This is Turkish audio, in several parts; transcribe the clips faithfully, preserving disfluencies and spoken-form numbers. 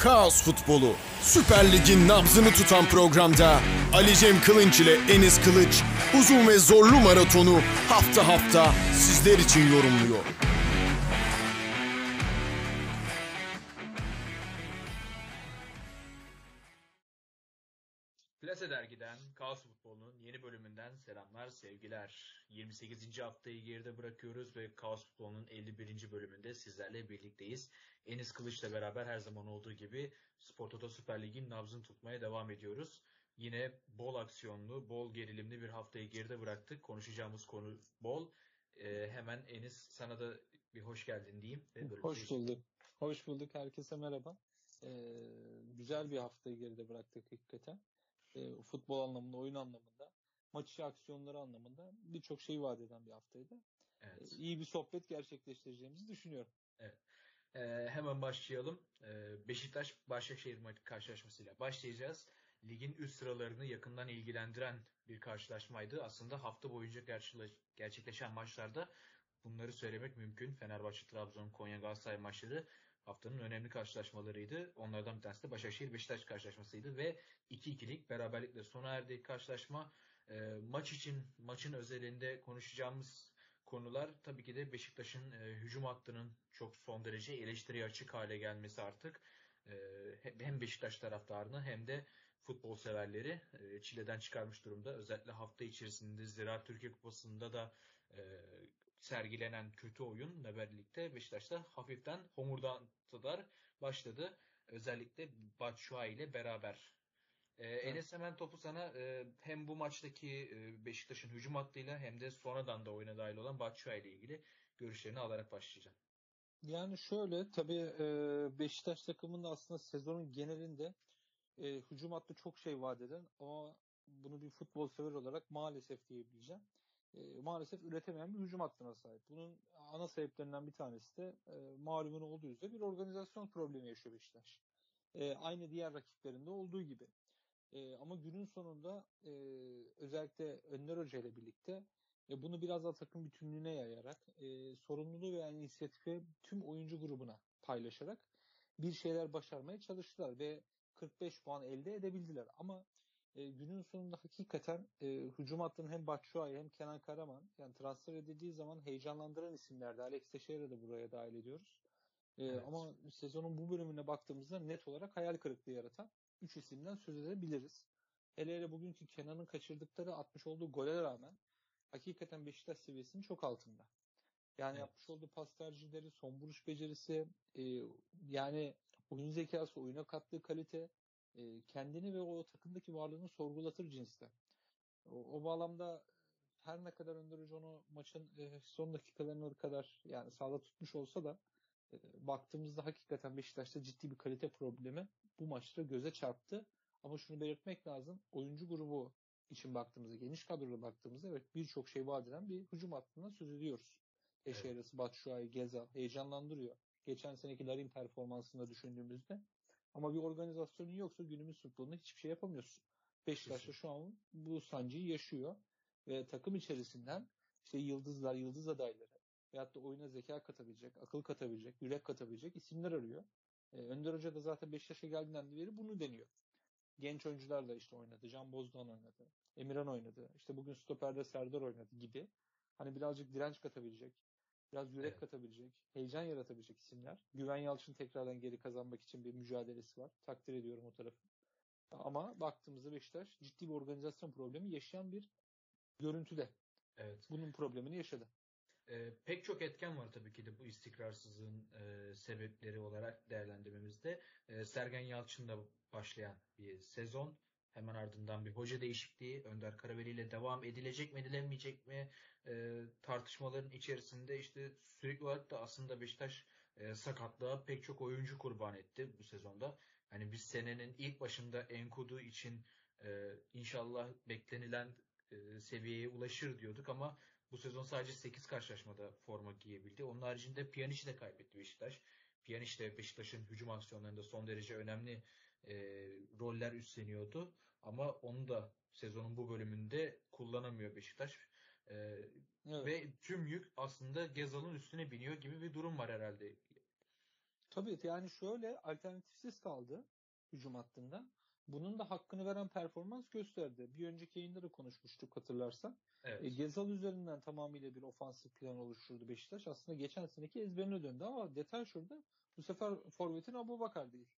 Kaos Futbolu, Süper Lig'in nabzını tutan programda Ali Cem Kılınç ile Enis Kılıç uzun ve zorlu maratonu hafta hafta sizler için yorumluyor. Plase Dergi'den Kaos Futbolu'nun yeni bölümünden selamlar, sevgiler. yirmi sekizinci haftayı geride bırakıyoruz ve Kaos Futbolu'nun elli birinci bölümünde sizlerle birlikteyiz. Enis Kılıç'la beraber her zaman olduğu gibi Spor Toto Süper Lig'in nabzını tutmaya devam ediyoruz. Yine bol aksiyonlu, bol gerilimli bir haftayı geride bıraktık. Konuşacağımız konu bol. Ee, hemen Enis, sana da bir hoş geldin diyeyim. Ve Hoş bulduk. Hoş bulduk. Herkese merhaba. Ee, güzel bir haftayı geride bıraktık hakikaten. Ee, futbol anlamında, oyun anlamında, maç içi aksiyonları anlamında birçok şey vaat eden bir haftaydı. Evet. Ee, iyi bir sohbet gerçekleştireceğimizi düşünüyorum. Evet. Ee, hemen başlayalım. Ee, Beşiktaş-Başakşehir karşılaşmasıyla başlayacağız. Ligin üst sıralarını yakından ilgilendiren bir karşılaşmaydı. Aslında hafta boyunca gerçekleşen maçlarda bunları söylemek mümkün. Fenerbahçe, Trabzon, Konya, Galatasaray maçları haftanın önemli karşılaşmalarıydı. Onlardan bir tanesi de Başakşehir-Beşiktaş karşılaşmasıydı ve iki ikilik beraberlikle sona erdi karşılaşma. Ee, maç için, maçın özelinde konuşacağımız konular tabii ki de Beşiktaş'ın e, hücum hattının çok son derece eleştiriye açık hale gelmesi artık. E, hem Beşiktaş taraftarını hem de futbol severleri e, çileden çıkarmış durumda. Özellikle hafta içerisinde Ziraat Türkiye Kupası'nda da e, sergilenen kötü oyunla birlikte Beşiktaş'ta hafiften homurdantılar başladı. Özellikle Batshuayi ile beraber. Ee, Evet. Enes, hemen topu sana e, hem bu maçtaki e, Beşiktaş'ın hücum hattıyla hem de sonradan da oyuna dahil olan Batshuayi ile ilgili görüşlerini alarak başlayacağım. Yani şöyle tabii e, Beşiktaş takımının aslında sezonun genelinde e, hücum hattı çok şey vaat eden ama bunu bir futbol sever olarak maalesef diyebileceğim. E, maalesef üretemeyen bir hücum hattına sahip. Bunun ana sebeplerinden bir tanesi de e, malumun olduğu üzere bir organizasyon problemi yaşıyor Beşiktaş. E, aynı diğer rakiplerinde olduğu gibi. E, ama günün sonunda e, özellikle Önder Hoca ile birlikte e, bunu biraz daha takım bütünlüğüne yayarak e, sorumluluğu ve inisiyatifi tüm oyuncu grubuna paylaşarak bir şeyler başarmaya çalıştılar ve kırk beş puan elde edebildiler. Ama e, günün sonunda hakikaten e, hücum hattının hem Batshuayi hem Kenan Karaman, yani transfer edildiği zaman heyecanlandıran isimlerdi. Alex Teixeira da buraya dahil ediyoruz. E, Evet. Ama sezonun bu bölümüne baktığımızda net olarak hayal kırıklığı yaratan üç isimden söz edebiliriz. Hele hele bugünkü Kenan'ın kaçırdıkları atmış olduğu gole rağmen hakikaten Beşiktaş seviyesinin çok altında. Yani Evet. yapmış olduğu pas tercihleri, son vuruş becerisi, e, yani oyun zekası, oyuna kattığı kalite, e, kendini ve o takımdaki varlığını sorgulatır cinste. O, o bağlamda her ne kadar Önder Hoca onu maçın e, son dakikalarına kadar yani sahada tutmuş olsa da e, baktığımızda hakikaten Beşiktaş'ta ciddi bir kalite problemi bu maçta göze çarptı. Ama şunu belirtmek lazım. Oyuncu grubu için baktığımızda, geniş kadroda baktığımızda evet birçok şey vaat eden bir hücum hattından söz ediyoruz. Evet. Eşeğrisi, Batshuayi, Gezal heyecanlandırıyor. Geçen seneki Larin performansını düşündüğümüzde. Ama bir organizasyonun yoksa günümüz futbolunda hiçbir şey yapamıyorsun. Beşiktaş'ta şu an bu sancıyı yaşıyor ve takım içerisinden işte yıldızlar, yıldız adayları veyahut da oyuna zeka katabilecek, akıl katabilecek, yürek katabilecek isimler arıyor. Ee, Önder Hoca da zaten Beşiktaş'a geldiğinden beri bunu deniyor. Genç oyuncular da işte oynadı. Can Bozdoğan oynadı. Emirhan oynadı. İşte bugün stoperde Serdar oynadı gibi. Hani birazcık direnç katabilecek, biraz yürek Evet. katabilecek, heyecan yaratabilecek isimler. Güven Yalçın tekrardan geri kazanmak için bir mücadelesi var. Takdir ediyorum o tarafı. Ama baktığımızda Beşiktaş ciddi bir organizasyon problemi yaşayan bir görüntüde. Evet. Bunun problemini yaşadı. E, pek çok etken var tabii ki de bu istikrarsızlığın e, sebepleri olarak değerlendirmemizde. E, Sergen Yalçın'la başlayan bir sezon. Hemen ardından bir hoca değişikliği. Önder Karaveli ile devam edilecek mi edilemeyecek mi e, tartışmaların içerisinde işte sürekli olarak da aslında Beşiktaş e, sakatlığa pek çok oyuncu kurban etti bu sezonda. Hani biz senenin ilk başında Enkudu için e, inşallah beklenilen e, seviyeye ulaşır diyorduk ama bu sezon sadece sekiz karşılaşmada forma giyebildi. Onun haricinde Pjanic'i de kaybetti Beşiktaş. Pjanic de Beşiktaş'ın hücum aksiyonlarında son derece önemli e, roller üstleniyordu. Ama onu da sezonun bu bölümünde kullanamıyor Beşiktaş. E, Evet. ve tüm yük aslında Gezal'ın üstüne biniyor gibi bir durum var herhalde. Tabii yani şöyle alternatifsiz kaldı hücum hattında. Bunun da hakkını veren performans gösterdi. Bir önceki yayında da konuşmuştuk hatırlarsan. E, Evet. Gezal üzerinden tamamıyla bir ofansif plan oluşturdu Beşiktaş. Aslında geçen seneki ezberine döndü ama detay şurada. Bu sefer forvetin Abubakar değil.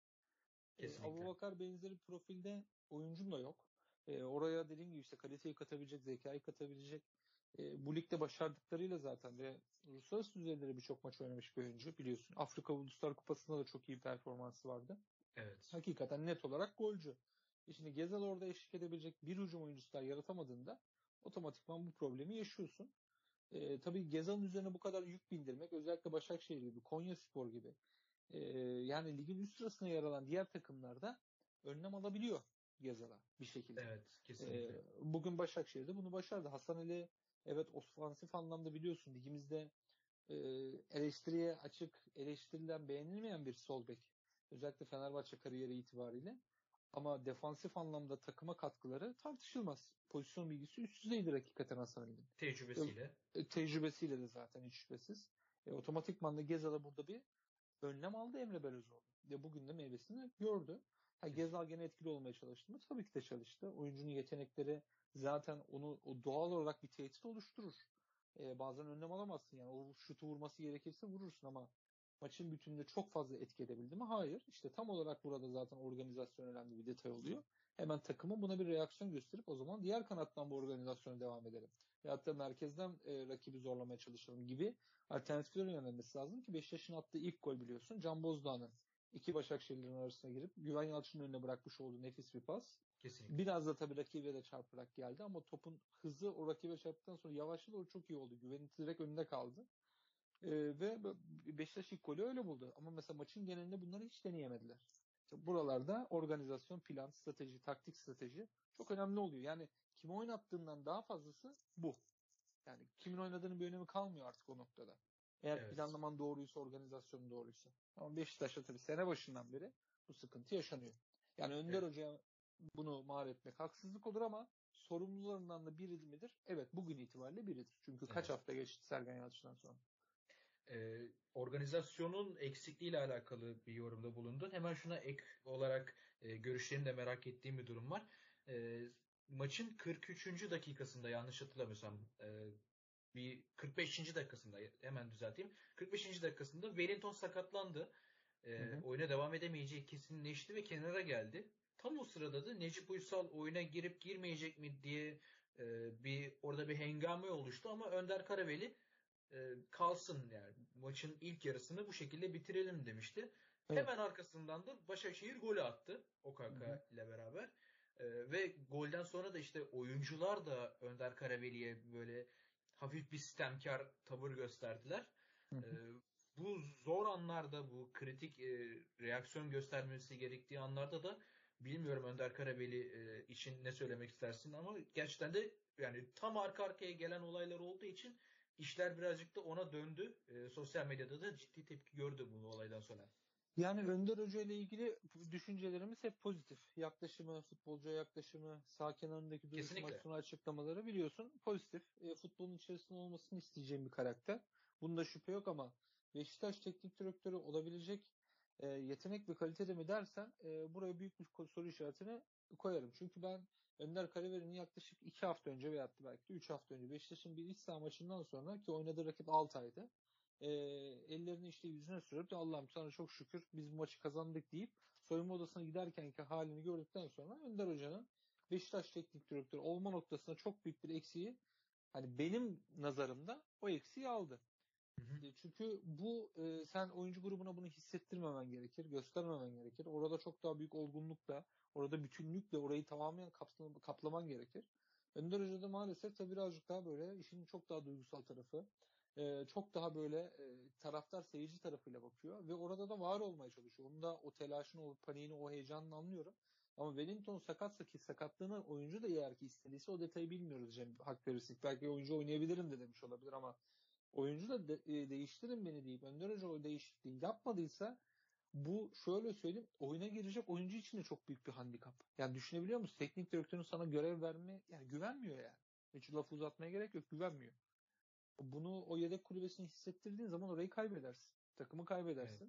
E, Kesinlikle. Abubakar benzeri profilde oyuncum da yok. E, oraya dediğim gibi işte kaliteyi katabilecek, zekayı katabilecek. E, bu ligde başardıklarıyla zaten ve uluslararası düzeyde birçok maç oynamış bir oyuncu biliyorsun. Afrika Uluslar Kupası'nda da çok iyi performansı vardı. Evet. Hakikaten net olarak golcü. E şimdi Gezal orada eşlik edebilecek bir hücum oyuncusu daha yaratamadığında otomatikman bu problemi yaşıyorsun. E, tabii Gezal'ın üzerine bu kadar yük bindirmek özellikle Başakşehir gibi, Konyaspor gibi e, yani ligin üst sırasına yer alan diğer takımlarda önlem alabiliyor Gezal'a bir şekilde. Evet. E, Kesinlikle. bugün Başakşehir'de bunu başardı. Hasan Ali evet ofansif anlamda biliyorsun ligimizde e, eleştiriye açık, eleştirilen, beğenilmeyen bir sol bek. Özellikle Fenerbahçe kariyeri itibariyle. Ama defansif anlamda takıma katkıları tartışılmaz. Pozisyon bilgisi üst düzeydir hakikaten Hasan Ali'nin. Tecrübesiyle. E, tecrübesiyle de zaten hiç şüphesiz. E, otomatikman da Gezal'a burada bir önlem aldı Emre Belözoğlu. Ve bugün de meyvesini gördü. Ha, Gezal Kesinlikle. gene etkili olmaya çalıştı mı? Tabii ki de çalıştı. Oyuncunun yetenekleri zaten onu o doğal olarak bir tehdit oluşturur. Ee, bazen önlem alamazsın yani. O şutu vurması gerekirse vurursun ama maçın bütününde çok fazla etki edebildi mi? Hayır. İşte tam olarak burada zaten organizasyon önemli bir detay oluyor. Hemen takımın buna bir reaksiyon gösterip o zaman diğer kanattan bu organizasyona devam edelim. Veyahut da merkezden e, rakibi zorlamaya çalışalım gibi alternatiflerin yönelmesi lazım ki Beşiktaş'ın attığı ilk gol biliyorsun. Can Bozdağ'ın iki Başakşehirlilerin arasına girip Güven Yalçın'ın önüne bırakmış olduğu nefis bir pas. Kesinlikle. Biraz da tabii rakibe de çarparak geldi ama topun hızı o rakibe çarptıktan sonra yavaşladı, o çok iyi oldu. Güven'in direkt önünde kaldı. Ee, ve Beşiktaş ilk golü öyle buldu. Ama mesela maçın genelinde bunları hiç deneyemediler. İşte buralarda organizasyon, plan, strateji, taktik strateji çok önemli oluyor. Yani kimi oynattığından daha fazlası bu. Yani kimin oynadığının bir önemi kalmıyor artık o noktada. Eğer Evet. planlaman doğruysa, organizasyonun doğruysa. Ama Beşiktaş'ta tabii sene başından beri bu sıkıntı yaşanıyor. Yani Önder Evet. Hoca'ya bunu mal etmek haksızlık olur ama sorumlularından da biri midir? Evet, bugün itibariyle biridir. Çünkü kaç Evet. hafta geçti Sergen Yalçın'dan sonra. Ee, organizasyonun eksikliğiyle alakalı bir yorumda bulundun. Hemen şuna ek olarak e, görüşlerini de merak ettiğim bir durum var. E, maçın kırk üçüncü dakikasında yanlış hatırlamıyorsam e, bir kırk beşinci dakikasında hemen düzelteyim. kırk beşinci dakikasında Wellington sakatlandı. Hı E, hı. oyuna devam edemeyeceği kesinleşti ve kenara geldi. Tam o sırada da Necip Uysal oyuna girip girmeyecek mi diye e, bir orada bir hengame oluştu ama Önder Karaveli e, kalsın yani maçın ilk yarısını bu şekilde bitirelim demişti. Evet. Hemen arkasından da Başakşehir golü attı Hı hı. Okaka ile beraber. E, ve golden sonra da işte oyuncular da Önder Karaveli'ye böyle hafif bir sistemkar tavır gösterdiler. Hı E, hı. bu zor anlarda bu kritik e, reaksiyon göstermesi gerektiği anlarda da bilmiyorum Önder Karabeli e, için ne söylemek istersin ama gerçekten de yani tam arka arkaya gelen olaylar olduğu için İşler birazcık da ona döndü. E, sosyal medyada da ciddi tepki gördü bu olaydan sonra. Yani Önder Hoca ile ilgili düşüncelerimiz hep pozitif. Yaklaşımı, futbolcuya yaklaşımı, sağ kenarındaki duruşu, maç Kesinlikle. sonu açıklamaları biliyorsun pozitif. E, futbolun içerisinde olmasını isteyeceğim bir karakter. Bunda şüphe yok ama Beşiktaş teknik direktörü olabilecek e, yetenek ve kalitede mi dersen e, buraya büyük bir soru işaretini koyarım. Çünkü ben Önder Karaveli'nin yaklaşık iki hafta önce veyahut da belki de üç hafta önce Beşiktaş'ın bir iç saha maçından sonra ki oynadığı rakip Altay'dı e, ellerini işte yüzüne sürüp de Allah'ım sana çok şükür biz bu maçı kazandık deyip soyunma odasına giderkenki halini gördükten sonra Önder Hoca'nın Beşiktaş teknik direktörü olma noktasında çok büyük bir eksiği hani benim nazarımda o eksiği aldı. Hı hı. E, çünkü bu e, sen oyuncu grubuna bunu hissettirmemen gerekir, göstermemen gerekir. Orada çok daha büyük olgunlukla, orada bütünlükle orayı tamamen kapsam, kaplaman gerekir. Önder Hoca da maalesef tabii birazcık daha böyle işin çok daha duygusal tarafı, e, çok daha böyle e, taraftar seyirci tarafıyla bakıyor ve orada da var olmaya çalışıyor. Onun da o telaşını, o paniğini, o heyecanını anlıyorum. Ama Wellington sakatsa ki sakatlığını oyuncu da eğer ki istediyse o detayı bilmiyoruz Cem. Hak verirsek. Belki oyuncu oynayabilirim de demiş olabilir ama oyuncu da de, e, değiştirin beni deyip Önder Hoca o değişikliği yapmadıysa bu şöyle söyleyeyim oyuna girecek oyuncu için de çok büyük bir handikap. Yani düşünebiliyor musun? Teknik direktörün sana görev verme yani güvenmiyor yani. Hiç lafı uzatmaya gerek yok güvenmiyor. Bunu o yedek kulübesini hissettirdiğin zaman orayı kaybedersin. Takımı Evet. kaybedersin.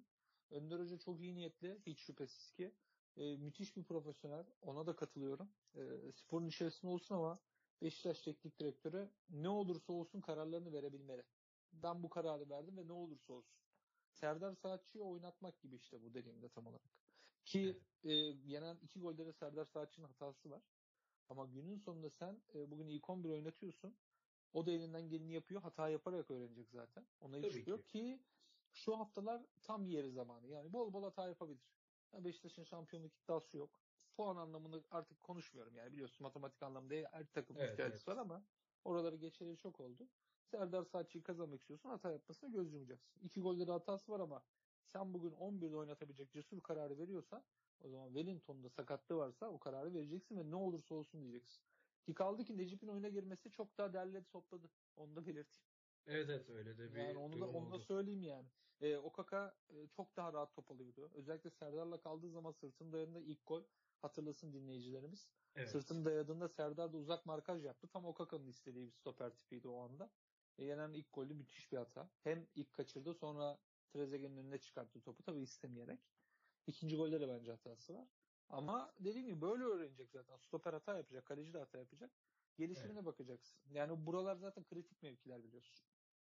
Önder Hoca çok iyi niyetli, hiç şüphesiz ki. E, müthiş bir profesyonel. Ona da katılıyorum. E, sporun içerisinde olsun ama Beşiktaş Teknik Direktörü ne olursa olsun kararlarını verebilmeli. Ben bu kararı verdim ve ne olursa olsun. Serdar Saatçı'yı oynatmak gibi işte bu dediğimde tam olarak. Ki Evet. e, yenen iki golde de Serdar Saatçı'nın hatası var. Ama günün sonunda sen e, bugün ilk on bir oynatıyorsun. O da elinden geleni yapıyor. Hata yaparak öğrenecek zaten. Ona hiç Tabii şüphe ki. yok ki şu haftalar tam yeri zamanı. Yani bol bol hata yapabilir. Ya Beşiktaş'ın şampiyonluk iddiası yok. Puan anlamını artık konuşmuyorum yani. Biliyorsun matematik anlamda her takımın Evet, ihtiyacı evet. var ama oraları geçeli çok oldu. Serdar Saatçı'yı kazanmak istiyorsun. Hata yapmasına göz yumacaksın. İki golde de hatası var ama sen bugün on birde oynatabilecek cesur kararı veriyorsan o zaman Wellington'da sakatlığı varsa o kararı vereceksin ve ne olursa olsun diyeceksin. Ki kaldı ki Necip'in oyuna girmesi çok daha derledi topladı. Onu da belirteyim. Evet, evet, öyle de Yani bir onu da durum onu da oldu. söyleyeyim yani. E, Okaka e, çok daha rahat top alıyordu. Özellikle Serdar'la kaldığı zaman sırtını dayadığında ilk gol hatırlasın dinleyicilerimiz. Evet. Sırtını dayadığında Serdar da uzak markaj yaptı. Tam Okaka'nın istediği bir stoper tipiydi o anda. E, yenen ilk golü müthiş bir hata. Hem ilk kaçırdı sonra Trezeguet'in önüne çıkarttı topu tabii istemeyerek. İkinci golde de bence hatası var. Ama dediğim gibi böyle öğrenecek zaten. Stoper hata yapacak, kaleci de hata yapacak. Evet. Gelişimine bakacaksın. Yani buralar zaten kritik mevkiler biliyorsun.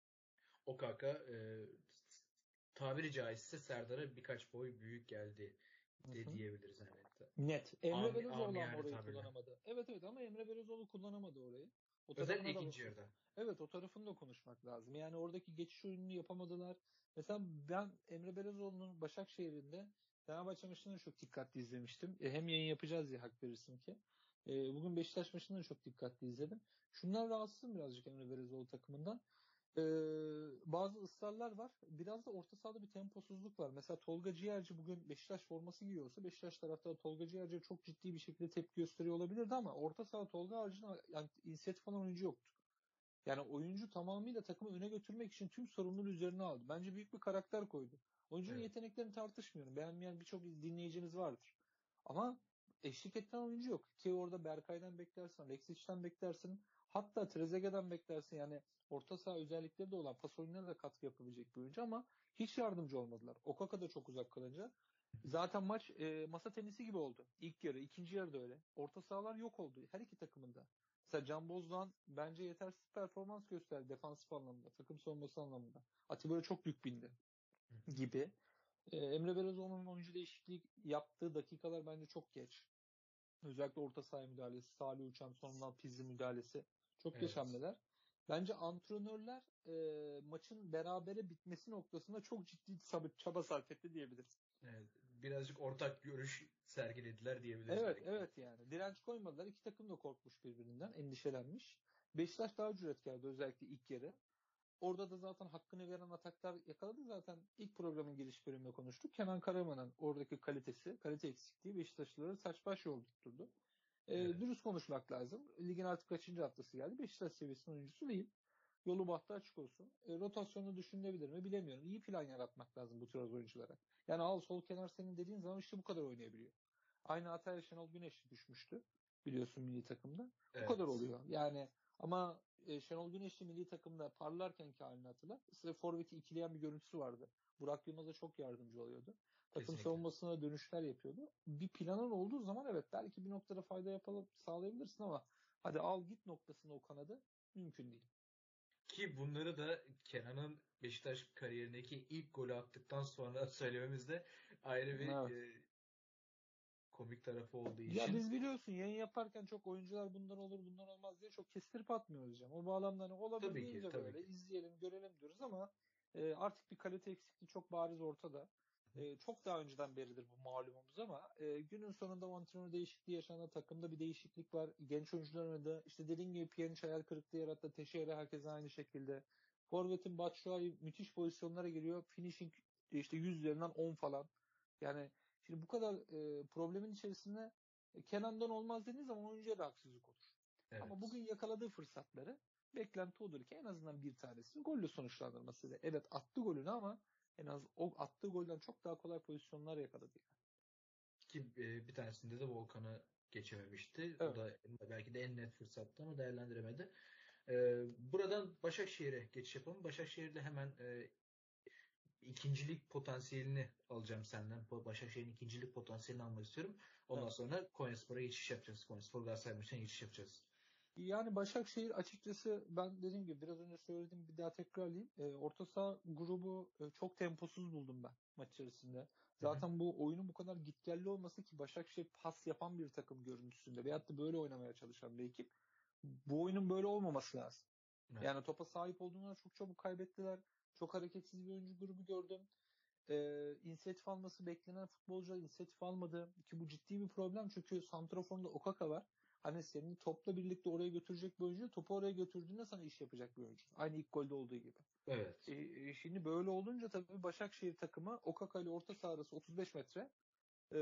O kaka e, tabiri caizse Serdar'a birkaç boy büyük geldi Hı de hı. diyebiliriz yani. Net. Emre Ami, Belözoğlu ama amiyane orayı tabirle. kullanamadı. Evet evet ama Emre Belözoğlu kullanamadı orayı. O Özellikle tarafına da ikinci bakıyor. yarıda. Evet o tarafını da konuşmak lazım. Yani oradaki geçiş oyununu yapamadılar. Mesela ben Emre Belözoğlu'nun Başakşehir'inde Fenerbahçe maçını da çok dikkatli izlemiştim. E, hem yayın yapacağız diye hak verirsin ki. E, bugün Beşiktaş maçını da çok dikkatli izledim. Şundan rahatsızım birazcık Emre Belözoğlu takımından. Ee, bazı ısrarlar var. Biraz da orta sahada bir temposuzluk var. Mesela Tolga Ciğerci bugün Beşiktaş forması giyiyorsa Beşiktaş taraftarı Tolga Ciğerci'ye çok ciddi bir şekilde tepki gösteriyor olabilirdi ama orta saha Tolga haricinde yani inisiyatif alan oyuncu yoktu. Yani oyuncu tamamıyla takımı öne götürmek için tüm sorumluluğu üzerine aldı. Bence büyük bir karakter koydu. Oyuncunun Evet. yeteneklerini tartışmıyorum. Beğenmeyen birçok dinleyiciniz vardır. Ama eşlik eden oyuncu yok. Ki orada Berkay'dan beklersin, Alexis'ten beklersin. Hatta Trezeguet'den beklersin. Yani orta saha özellikleri de olan pas oyunlarına da katkı yapabilecek bir oyuncu ama hiç yardımcı olmadılar. Okaka da çok uzak kalınca. Zaten maç e, masa tenisi gibi oldu. İlk yarı, ikinci yarı da öyle. Orta sahalar yok oldu her iki takımında. Mesela Can Bozdoğan bence yetersiz performans gösterdi defansif anlamda, takım savunması anlamında. Atiba çok yük bindi Hı hı. gibi. Ee, Emre Belözoğlu'nun oyuncu değişikliği yaptığı dakikalar bence çok geç. Özellikle orta saha müdahalesi, Salih Uçan sonundan Pizzi müdahalesi. Çok geç Evet. hamleler. Bence antrenörler e, maçın berabere bitmesi noktasında çok ciddi çaba, çaba sarf etti diyebiliriz. Evet. Birazcık ortak görüş sergilediler diyebiliriz Evet, belki de. evet yani. Direnç koymadılar. İki takım da korkmuş birbirinden, endişelenmiş. Beşiktaş daha cüretkardı özellikle ilk yarı. Orada da zaten hakkını veren ataklar yakaladı. Zaten ilk programın giriş bölümünde konuştuk. Kenan Karaman'ın oradaki kalitesi, kalite eksikliği Beşiktaşlıları saç baş yoldurtturdu. E, Evet. dürüst konuşmak lazım. Ligin artık kaçıncı haftası geldi. Beşiktaş seviyesinin oyuncusu değil. Yolu bahtı açık olsun. E, rotasyonu düşünülebilir mi bilemiyorum. İyi plan yaratmak lazım bu tarz oyunculara. Yani al sol kenar senin dediğin zaman işte bu kadar oynayabiliyor. Aynı hataya Şenol Güneş düşmüştü. Biliyorsun milli takımda. Bu kadar Evet. oluyor. Yani ama e, Şenol Güneş'li milli takımda parlarken ki halini hatırla. Size forveti ikileyen bir görüntüsü vardı. Burak Yılmaz'a çok yardımcı oluyordu. Takım Kesinlikle. savunmasına dönüşler yapıyordu. Bir planın olduğu zaman evet belki bir noktada fayda yapalım sağlayabilirsin ama hadi al git noktasında o kanadı mümkün değil. Ki bunları da Kenan'ın Beşiktaş kariyerindeki ilk golü attıktan sonra söylememiz de ayrı bir Evet. e, komik tarafı olduğu Ya için biz biliyorsun yayın yaparken çok oyuncular bundan olur bundan olmaz diye çok kestirip atmıyoruz hocam. O bağlamda hani tabii ki, olabildiğince tabii böyle ki. izleyelim görelim diyoruz ama e, artık bir kalite eksikliği çok bariz ortada. E, çok daha önceden beridir bu malumumuz ama e, günün sonunda o antrenör değişikliği yaşanan takımda bir değişiklik var. Genç oyuncuların da işte dediğim gibi Pjanic hayal kırıklığı yarattı. Teixeira herkese aynı şekilde. Forvet'in Batshuayi müthiş pozisyonlara giriyor. Finishing işte yüz üzerinden on falan. Yani şimdi bu kadar e, problemin içerisinde e, Kenan'dan olmaz dediğiniz zaman oyuncuya da haksızlık olur. Ama Evet. bugün yakaladığı fırsatları beklenti odur ki en azından bir tanesini golle sonuçlandırması. Evet attı golünü ama en az o attığı golden çok daha kolay pozisyonlar yakaladı. Ki e, bir tanesinde de Volkan'ı geçememişti. O Evet. da belki de en net fırsattı ama değerlendiremedi. E, buradan Başakşehir'e geçiş yapalım. Başakşehir'de hemen e, ikincilik potansiyelini alacağım senden. Başakşehir'in ikincilik potansiyelini almak istiyorum. Ondan Evet. sonra Konyaspor'a geçiş yapacağız. Konyaspor Galatasaray maçına geçiş yapacağız. Yani Başakşehir açıkçası ben dediğim gibi biraz önce söylediğim bir daha tekrarlayayım. E, orta saha grubu e, çok temposuz buldum ben maç içerisinde. Hı hı. Zaten bu oyunun bu kadar gitgelli olması ki Başakşehir pas yapan bir takım görüntüsünde veyahut da böyle oynamaya çalışan bir ekip. Bu oyunun böyle olmaması lazım. Evet. Yani topa sahip olduğundan çok çabuk kaybettiler. Çok hareketsiz bir oyuncu grubu gördüm. Ee, inisiyatif alması beklenen futbolcular inisiyatif almadı. Ki bu ciddi bir problem çünkü santraforunda Okaka var. Hani senin topla birlikte oraya götürecek bir oyuncu, topu oraya götürdüğünde sana iş yapacak bir oyuncu. Aynı ilk golde olduğu gibi. Evet. E, şimdi böyle olunca tabii Başakşehir takımı Okaka ile orta saha arası otuz beş metre. E,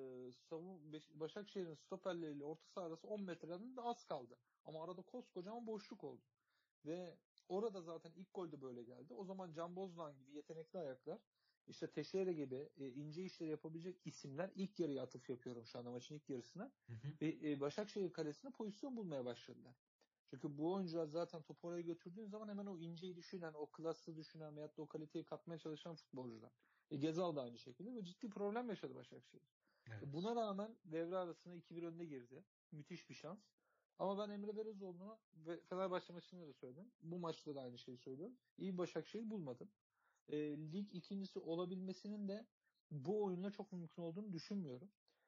savun, Başakşehir'in stoperleriyle orta saha arası on metreden de az kaldı. Ama arada koskocaman boşluk oldu. Ve orada zaten ilk golde böyle geldi. O zaman Can Bozdoğan gibi yetenekli ayaklar, işte Teşeire gibi e, ince işleri yapabilecek isimler ilk yarıya atıf yapıyorum şu anda maçın ilk yarısına. Hı hı. Ve e, Başakşehir kalesine pozisyon bulmaya başladılar. Çünkü bu oyuncular zaten topu oraya götürdüğün zaman hemen o inceyi düşünen, o klası düşünen veyahut da o kaliteyi katmaya çalışan futbolcular. E, Gezal da aynı şekilde ve ciddi problem yaşadı Başakşehir. Evet. E, buna rağmen devre arasına iki bir önde girdi. Müthiş bir şans. Ama ben Emre Belezoğlu'na ve Fenerbahçe maçında da söyledim. Bu maçta da aynı şeyi söylüyorum. İyi bir Başakşehir bulmadım. E, lig ikincisi olabilmesinin de bu oyunla çok mümkün olduğunu düşünmüyorum.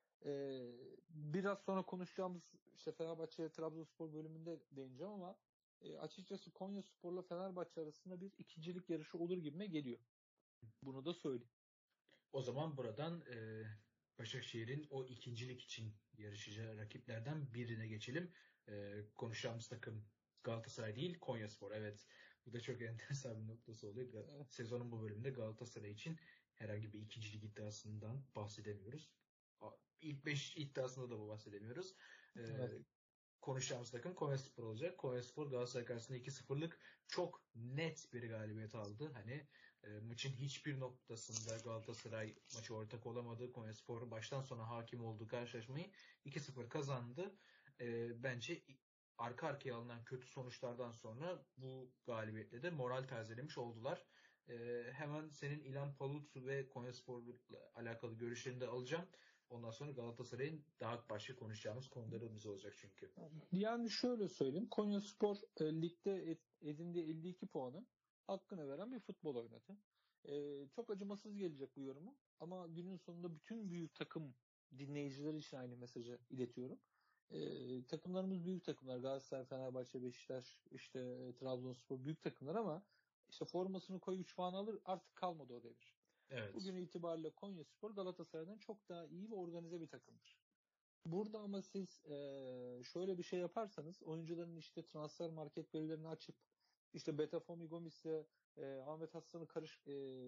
E, biraz sonra konuşacağımız işte Fenerbahçe Trabzonspor bölümünde değineceğim ama e, açıkçası Konyaspor'la Fenerbahçe arasında bir ikincilik yarışı olur gibime geliyor. Bunu da söyleyeyim. O zaman buradan e, Başakşehir'in o ikincilik için yarışacağı rakiplerden birine geçelim. E, konuşacağımız takım Galatasaray değil, Konyaspor. Evet. Bu da çok enteresan bir noktası oluyor. Ga- Evet. Sezonun bu bölümünde Galatasaray için herhangi bir ikincilik iddiasından bahsedemiyoruz. A- İlk beş iddiasında da bu bahsedemiyoruz. E, Evet. konuşacağımız takım Konyaspor olacak. Konyaspor Galatasaray karşısında iki sıfırlık çok net bir galibiyet aldı. Hani e, maçın hiçbir noktasında Galatasaray maçı ortak olamadı. Konyaspor baştan sona hakim olduğu karşılaşmayı iki sıfır kazandı. E, bence arka arkaya alınan kötü sonuçlardan sonra bu galibiyetle de moral tazelemiş oldular. E, hemen senin İlhan Palut ve Konyaspor'la alakalı görüşlerini de alacağım. Ondan sonra Galatasaray'ın daha başka konuşacağımız konularımız olacak çünkü. Yani şöyle söyleyeyim. Konyaspor e, ligde edindiği elli iki puanı hakkını veren bir futbol oynadı. E, çok acımasız gelecek bu yorumu. Ama günün sonunda bütün büyük takım dinleyicileri için aynı mesajı iletiyorum. E, takımlarımız büyük takımlar. Galatasaray, Fenerbahçe, Beşiktaş, işte e, Trabzonspor büyük takımlar ama işte formasını koy üç puan alır artık kalmadı o devir. Evet. Bugün itibariyle Konyaspor Galatasaray'dan çok daha iyi ve organize bir takımdır. Burada ama siz e, şöyle bir şey yaparsanız oyuncuların işte transfer market verilerini açıp işte Betafon Gomis'le e, Ahmet Hasan'ı karış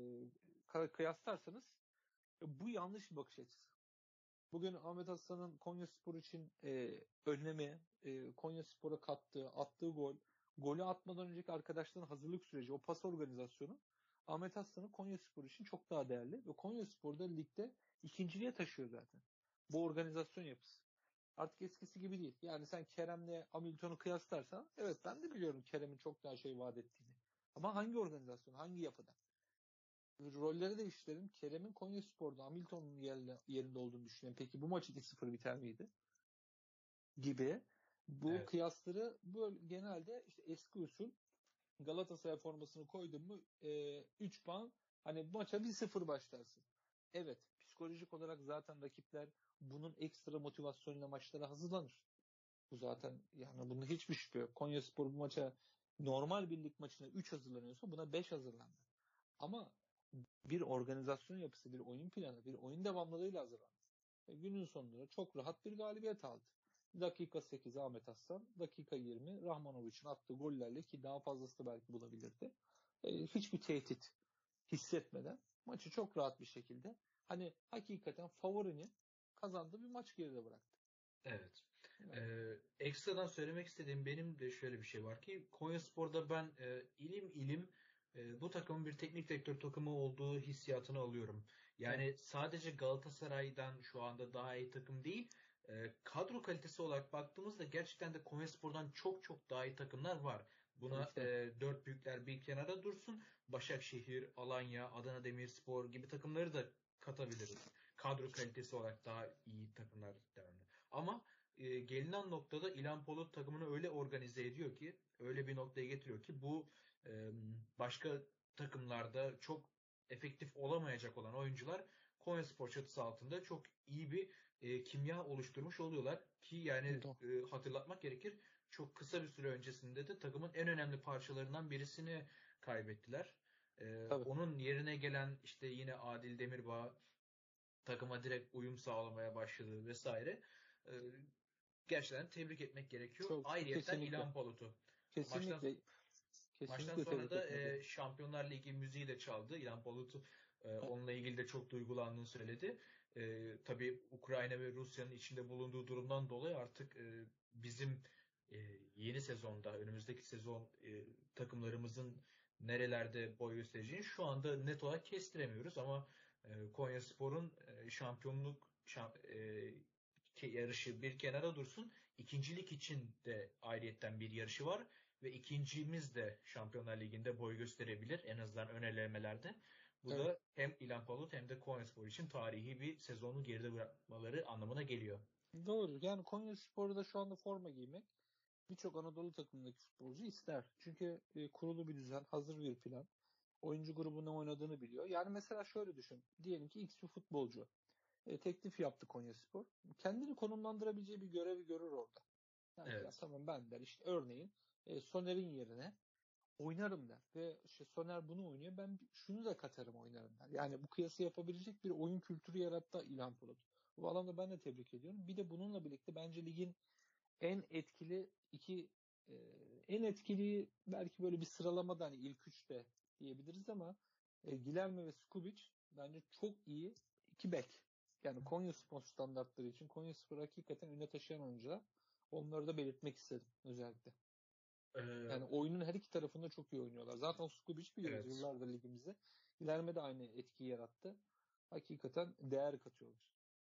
e, kıyaslarsanız e, bu yanlış bir bakış açısı. Bugün Ahmet Hasan'ın Konyaspor için e, önlemi, e, Konyaspor'a kattığı, attığı gol, golü atmadan önceki arkadaşların hazırlık süreci, o pas organizasyonu Ahmet Hasan'ın Konyaspor için çok daha değerli ve Konyaspor'da ligde ikinciliğe taşıyor zaten. Bu organizasyon yapısı. Artık eskisi gibi değil. Yani sen Kerem'le Hamilton'u kıyaslarsan evet ben de biliyorum Kerem'in çok daha şey vaat ettiğini. Ama hangi organizasyon, hangi yapıda? Rolleri değiştirelim. Kerem'in Konyaspor'da Hamilton'un yerinde olduğunu düşünüyorum. Peki bu maç iki sıfır biter miydi? Gibi. Bu Evet. kıyasları böyle genelde işte eski usul Galatasaray formasını koydun mu e, üç puan hani maça bir sıfır başlarsın. Evet. Psikolojik olarak zaten rakipler bunun ekstra motivasyonuyla maçlara hazırlanır. Bu zaten yani bunda hiçbir şüphe yok. Konyaspor bu maça normal bir lig maçına üç hazırlanıyorsa buna beş hazırlandı. Ama bir organizasyon yapısı, bir oyun planı, bir oyun devamlılığıyla hazırlandı. Ve günün sonunda çok rahat bir galibiyet aldı. Dakika sekiz Ahmet Aslan, dakika yirmi Rahmanovic'in attığı gollerle ki daha fazlası da belki bulabilirdi. E, hiçbir tehdit hissetmeden maçı çok rahat bir şekilde hani hakikaten favorini kazandığı bir maç geride bıraktı. Evet. Evet. Ee, ekstradan söylemek istediğim benim de şöyle bir şey var ki Konyaspor'da ben e, ilim ilim e, bu takımın bir teknik direktör takımı olduğu hissiyatını alıyorum. Evet. Yani sadece Galatasaray'dan şu anda daha iyi takım değil, e, kadro kalitesi olarak baktığımızda gerçekten de Konyaspor'dan çok çok daha iyi takımlar var. Buna e, dört büyükler bir kenara dursun. Başakşehir, Alanya, Adana Demirspor gibi takımları da katabiliriz. Kadro kalitesi olarak daha iyi takımlar devamlı. Ama e, gelinen noktada İlhan Polut takımını öyle organize ediyor ki, öyle bir noktaya getiriyor ki bu e, başka takımlarda çok efektif olamayacak olan oyuncular Konyaspor çatısı altında çok iyi bir e, kimya oluşturmuş oluyorlar ki yani e, hatırlatmak gerekir. Çok kısa bir süre öncesinde de takımın en önemli parçalarından birisini kaybettiler. Ee, onun yerine gelen işte yine Adil Demirbağ takıma direkt uyum sağlamaya başladı vesaire. Ee, gerçekten tebrik etmek gerekiyor. Çok, Ayrıyeten İlhan Palut'u. Kesinlikle. Maçtan, maçtan Kesinlikle sonra da etmek e, Şampiyonlar Ligi müziği de çaldı. İlhan Palut e, onunla ilgili de çok duygulandığını söyledi. E, tabii Ukrayna ve Rusya'nın içinde bulunduğu durumdan dolayı artık e, bizim e, yeni sezonda, önümüzdeki sezon e, takımlarımızın nerelerde boy göstereceğini şu anda net olarak kestiremiyoruz ama e, Konyaspor'un e, şampiyonluk şamp e, yarışı bir kenara dursun. İkincilik için de ayrıyetten bir yarışı var ve ikincimiz de Şampiyonlar Ligi'nde boy gösterebilir en azından ön elemelerde. Bu evet. da hem İlhan Palut hem de Konyaspor için tarihi bir sezonu geride bırakmaları anlamına geliyor. Doğru. Yani Konyaspor'da şu anda forma giymek birçok Anadolu takımındaki futbolcu ister. Çünkü e, kurulu bir düzen, hazır bir plan. Oyuncu grubu ne oynadığını biliyor. Yani mesela şöyle düşün. Diyelim ki X bir futbolcu. E, teklif yaptı Konyaspor. Kendini konumlandırabileceği bir görevi görür orada. Yani evet. Ya tamam ben der işte örneğin e, Soner'in yerine oynarım der. Ve işte Soner bunu oynuyor. Ben şunu da katarım oynarım der. Yani bu kıyası yapabilecek bir oyun kültürü yarattı İlhan Polat. Bu alanda ben de tebrik ediyorum. Bir de bununla birlikte bence ligin en etkili iki e, en etkili belki böyle bir sıralamada hani ilk üçte diyebiliriz ama e, Guilherme ve Skubic bence çok iyi iki bek. Yani Konyaspor standartları için Konyaspor hakikaten öne taşıyan oyuncular. Onları da belirtmek istedim özellikle. Ee, yani oyunun her iki tarafında çok iyi oynuyorlar. Zaten Skubic biliyoruz evet. Yıllardır ligimizde. İlerime de aynı etkiyi yarattı. Hakikaten değer katıyorlar.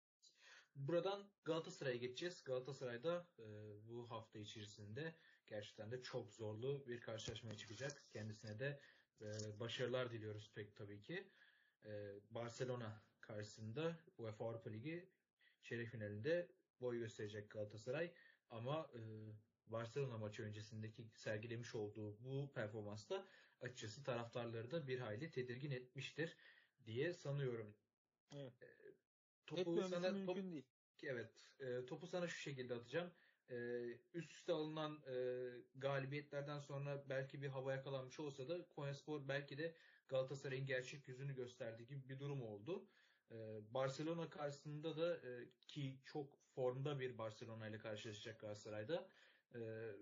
Buradan Galatasaray'a geçeceğiz. Galatasaray'da e, bu hafta içerisinde gerçekten de çok zorlu bir karşılaşmaya çıkacak. Kendisine de e, başarılar diliyoruz pek tabii ki. E, Barcelona karşısında UEFA Avrupa Ligi çeyrek finalinde boy gösterecek Galatasaray. Ama e, Barcelona maçı öncesindeki sergilemiş olduğu bu performansta açıkçası taraftarları da bir hayli tedirgin etmiştir diye sanıyorum. Evet. Topu sana mümkün top, değil. Evet. E, topu sana şu şekilde atacağım. E, üst üste alınan e, galibiyetlerden sonra belki bir hava yakalanmış olsa da Konyaspor belki de Galatasaray'ın gerçek yüzünü gösterdiği gibi bir durum oldu. E, Barcelona karşısında da e, ki çok formda bir Barcelona ile karşılaşacak Galatasaray'da. E,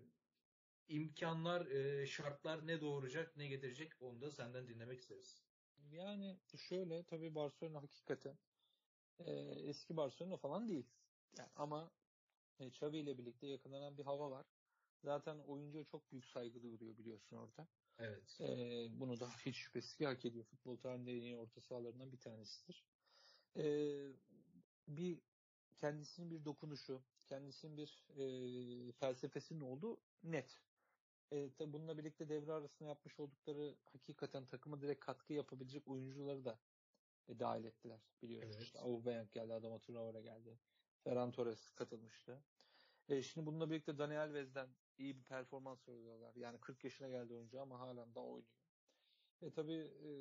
imkanlar, e, şartlar ne doğuracak, ne getirecek onu da senden dinlemek isteriz. Yani şöyle tabii Barcelona hakikaten e, eski Barcelona falan değil. Yani ama e, Xavi ile birlikte yakınlanan bir hava var. Zaten oyuncuya çok büyük saygı duyuyor biliyorsun orada. Evet. E, bunu da hiç şüphesiz ki hak ediyor. Futbol tarihinde en iyi orta sahalarından bir tanesidir. E, bir kendisinin bir dokunuşu, kendisinin bir e, felsefesinin olduğu net. E, tabi bununla birlikte devre arasında yapmış oldukları hakikaten takıma direkt katkı yapabilecek oyuncuları da e, dahil ettiler biliyorsun. Evet. İşte Aubameyang geldi, Adama Traore geldi. Ferran Torres katılmıştı. E, şimdi bununla birlikte Dani Alves'den iyi bir performans söylüyorlar. Yani kırk yaşına geldi oyuncu ama halen daha oynuyor. E tabi e,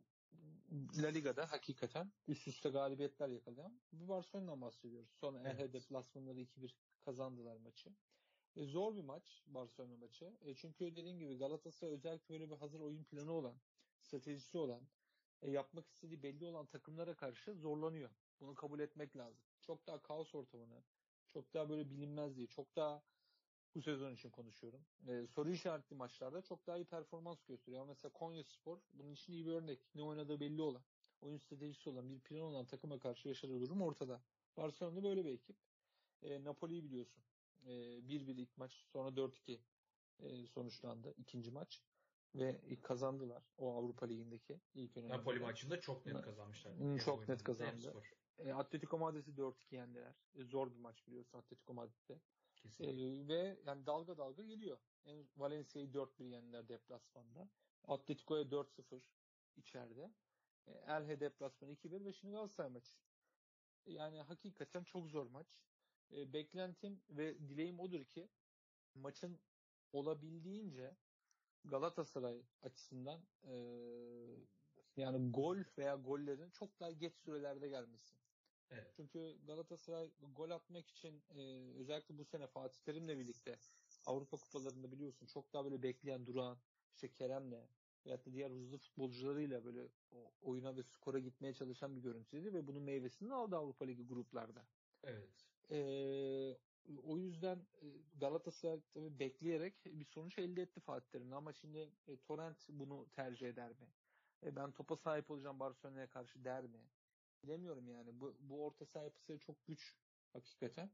La Liga'da hakikaten üst üste galibiyetler yakalayan bir Barcelona'dan bahsediyoruz. Sonra evet. E H deplasmanları iki bir kazandılar maçı. E, zor bir maç Barcelona maçı. E, çünkü dediğim gibi Galatasaray özellikle böyle bir hazır oyun planı olan, stratejisi olan, e, yapmak istediği belli olan takımlara karşı zorlanıyor. Bunu kabul etmek lazım. Çok daha kaos ortamını, çok daha böyle bilinmezliği, çok daha bu sezon için konuşuyorum. E, soru işaretli maçlarda çok daha iyi performans gösteriyor. Ama mesela Konyaspor bunun için iyi bir örnek. Ne oynadığı belli olan, oyun stratejisi olan, bir plan olan takıma karşı yaşadığı durum ortada. Barcelona böyle bir ekip. E, Napoli'yi biliyorsun. E, bir bir ilk maç, sonra dört iki e, sonuçlandı ikinci maç. Ve ilk kazandılar o Avrupa Ligi'ndeki ilk önemli. Napoli maçında çok net kazanmışlar. Na, çok net kazandı. E, Atletico Madrid'i dört iki yendiler. E, zor bir maç biliyorsun Atletico Madrid'de. Kesinlikle. Ee, ve yani dalga dalga geliyor. En Valencia'yı dört bir yendiler deplasmanda. Atletico'ya dört sıfır içeride. E, Elche deplasmanı iki bir ve şimdi Galatasaray maçı. Yani hakikaten çok zor maç. E, beklentim ve dileğim odur ki maçın olabildiğince Galatasaray açısından e, yani gol veya gollerin çok daha geç sürelerde gelmesi. Evet. Çünkü Galatasaray gol atmak için e, özellikle bu sene Fatih Terim'le birlikte Avrupa kupalarında biliyorsun çok daha böyle bekleyen duran işte Kerem'le veyahut da diğer hızlı futbolcularıyla böyle o oyuna ve skora gitmeye çalışan bir görüntüydü ve bunun meyvesini aldı Avrupa Ligi gruplarda. Evet. Ee, o yüzden e, Galatasaray tabii bekleyerek bir sonuç elde etti Fatih Terim'le ama şimdi e, Torrent bunu tercih eder mi? E, ben topa sahip olacağım Barcelona'ya karşı der mi? Bilemiyorum yani. Bu, bu orta saha yapısı çok güç hakikaten.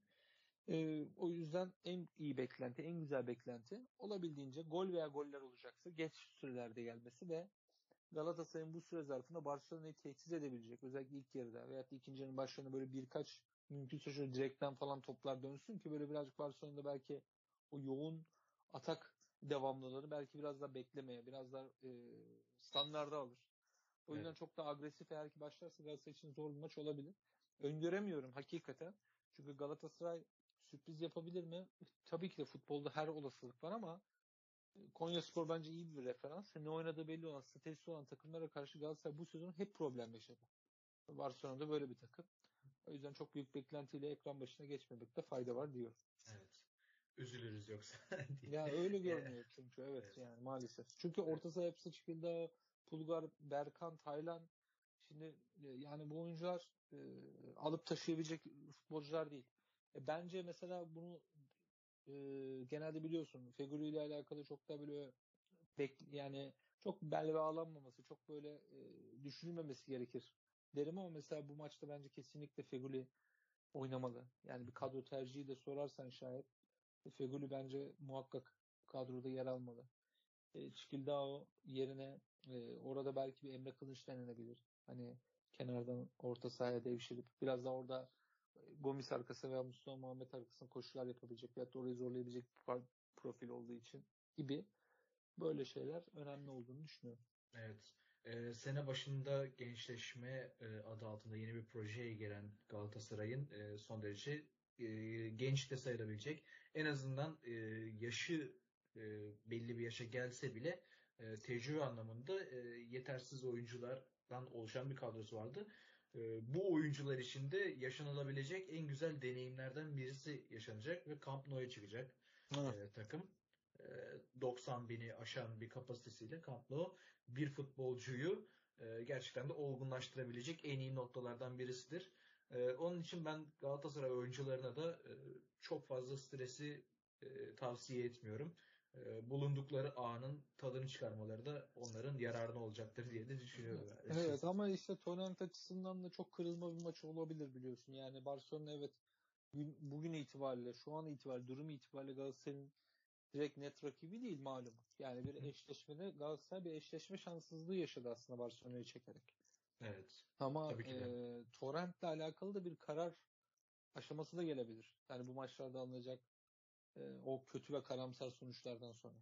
Ee, o yüzden en iyi beklenti, en güzel beklenti olabildiğince gol veya goller olacaksa geç sürelerde gelmesi ve Galatasaray'ın bu süre zarfında Barcelona'yı tehdit edebilecek. Özellikle ilk yarıda veya ikinci yarının başlarında böyle birkaç mümkünse şöyle direkten falan toplar dönsün ki böyle birazcık Barcelona'da belki o yoğun atak devamlılığını belki biraz daha beklemeye, biraz daha e, standarda alır. O yüzden Evet. çok daha agresif eğer ki başlarsa Galatasaray için zor bir maç olabilir. Öngöremiyorum hakikaten. Çünkü Galatasaray sürpriz yapabilir mi? Tabii ki de futbolda her olasılık var ama Konyaspor bence iyi bir referans. Ne oynadığı belli olan, stratejisi olan takımlara karşı Galatasaray bu sezon hep problem yaşadı. Barcelona'da böyle bir takım. O yüzden çok büyük beklentiyle ekran başına geçmemekte fayda var diyorum. Evet. Üzülürüz yoksa Ya öyle diye. görünüyor çünkü evet, Evet. yani maalesef. Çünkü Evet. orta saha hepsi çıkıldı. Pulgar, Berkan, Taylan şimdi e, yani bu oyuncular e, alıp taşıyabilecek futbolcular değil. E, bence mesela bunu e, genelde biliyorsun Feguli ile alakalı çok da böyle bek, yani çok bel bağlanmaması, çok böyle e, düşünülmemesi gerekir derim ama mesela bu maçta bence kesinlikle Feguli oynamalı. Yani bir kadro tercihi de sorarsan şayet Feguli bence muhakkak kadroda yer almalı. E, Çikildao yerine e, orada belki bir Emre Kılıç denenebilir. Hani kenardan orta sahaya devşirip biraz da orada e, Gomis arkası veya Mustafa Muhammed arkasına koşular yapabilecek veyahut da orayı zorlayabilecek bir profil olduğu için gibi böyle şeyler önemli olduğunu düşünüyorum. Evet. Ee, sene başında gençleşme e, adı altında yeni bir projeye gelen Galatasaray'ın e, son derece e, genç de sayılabilecek. En azından e, yaşı e, belli bir yaşa gelse bile e, tecrübe anlamında e, yetersiz oyunculardan oluşan bir kadrosu vardı. E, bu oyuncular için de yaşanılabilecek en güzel deneyimlerden birisi yaşanacak ve Camp Nou'ya çıkacak Evet. e, takım. E, doksan bini aşan bir kapasitesiyle Camp Nou bir futbolcuyu e, gerçekten de olgunlaştırabilecek en iyi noktalardan birisidir. E, onun için ben Galatasaray oyuncularına da e, çok fazla stresi e, tavsiye etmiyorum. E, bulundukları anın tadını çıkarmaları da onların yararına olacaktır diye de düşünüyorum Evet açıkçası. ama işte Torrent açısından da çok kırılma bir maç olabilir biliyorsun. Yani Barcelona evet gün, bugün itibariyle şu an itibariyle durum itibariyle Galatasaray'ın direkt net rakibi değil malum. Yani bir eşleşmede Galatasaray bir eşleşme şanssızlığı yaşadı aslında Barcelona'yı çekerek. Evet. Ama Tabii e, ki de. Torrent'le alakalı da bir karar aşaması da gelebilir. Yani bu maçlarda alınacak e, o kötü ve karamsar sonuçlardan sonra.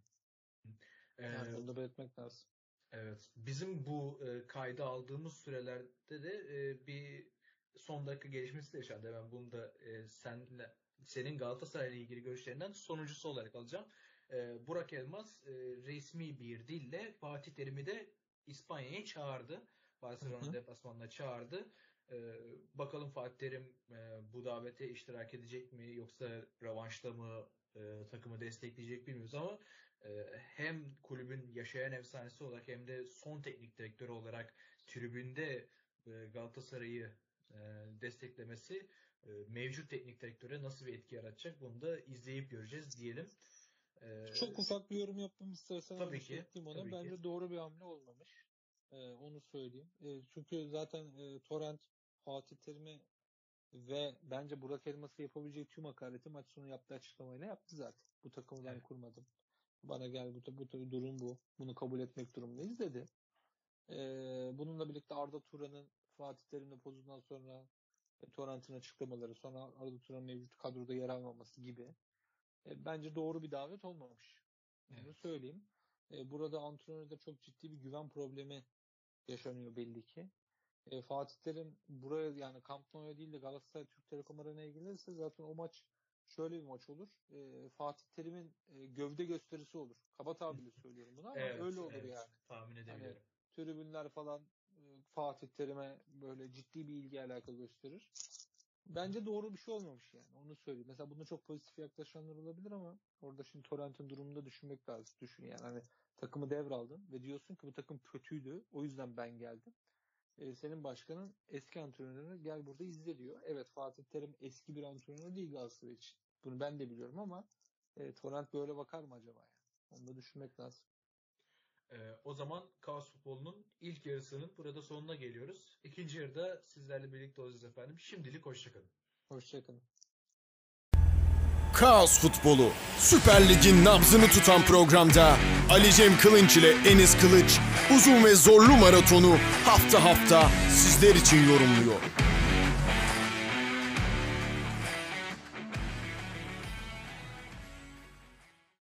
Yani E, bunu da belirtmek lazım. Evet. Bizim bu e, kayda aldığımız sürelerde de e, bir son dakika gelişmesi de yaşandı. Ben bunu da e, senle, senin Galatasaray'la ilgili görüşlerinden sonuncusu olarak alacağım. E, Burak Elmaz e, resmi bir dille Fatih Terim'i de İspanya'ya çağırdı. Hı Barcelona hı. deplasmanına çağırdı. E, bakalım Fatih Terim e, bu davete iştirak edecek mi yoksa rövanşta mı e, takımı destekleyecek bilmiyoruz ama ee, hem kulübün yaşayan efsanesi olarak hem de son teknik direktörü olarak tribünde e, Galatasaray'ı e, desteklemesi e, mevcut teknik direktöre nasıl bir etki yaratacak bunu da izleyip göreceğiz diyelim. Ee, Çok ufak bir yorum yapmamı istersen hemen bir tabii şey ki, ekleyeyim ona. tabii ki. Bence doğru bir hamle olmamış. Ee, onu söyleyeyim. Ee, çünkü zaten e, Torrent, Fatih Terim'i ve bence Burak Elmas'ı yapabileceği tüm hakareti maç sonu yaptığı açıklamayla yaptı zaten. Bu takımı ben Evet, kurmadım. Bana gel bu, bu durum bu. Bunu kabul etmek durumundayız dedi. Ee, bununla birlikte Arda Turan'ın Fatih Terim'le pozundan sonra e, Torrent'in açıklamaları, sonra Arda Turan'ın mevcut kadroda yer almaması gibi. e, bence doğru bir davet olmamış. Bunu Evet. söyleyeyim. E, burada antrenörde çok ciddi bir güven problemi yaşanıyor belli ki. E, Fatih Terim buraya yani Camp Nou'ya değil de Galatasaray Türk Telekom Arena'ya gelirse zaten o maç şöyle bir maç olur. E, Fatih Terim'in e, gövde gösterisi olur. Kaba tabirle söylüyorum bunu ama Evet, öyle olur evet. yani. Tahmin Hani edebiliyorum. tribünler falan e, Fatih Terim'e böyle ciddi bir ilgi alaka gösterir. Bence doğru bir şey olmamış yani. Onu söyleyeyim. Mesela buna çok pozitif yaklaşanlar olabilir ama orada şimdi Torrent'in durumunu da düşünmek lazım. Düşün yani hani takımı devraldın ve diyorsun ki bu takım kötüydü. O yüzden ben geldim. Ee, senin başkanın eski antrenörü gel burada izle diyor. Evet Fatih Terim eski bir antrenör değil Galatasaray için. Bunu ben de biliyorum ama e, Torrent böyle bakar mı acaba yani? Onu da düşünmek lazım. Ee, o zaman Kaos Futbolu'nun ilk yarısının burada sonuna geliyoruz. İkinci yarıda sizlerle birlikte olacağız efendim. Şimdilik hoşçakalın. Hoşçakalın. Kaos Futbolu, Süper Lig'in nabzını tutan programda Ali Cem Kılınç ile Enis Kılıç uzun ve zorlu maratonu hafta hafta sizler için yorumluyor.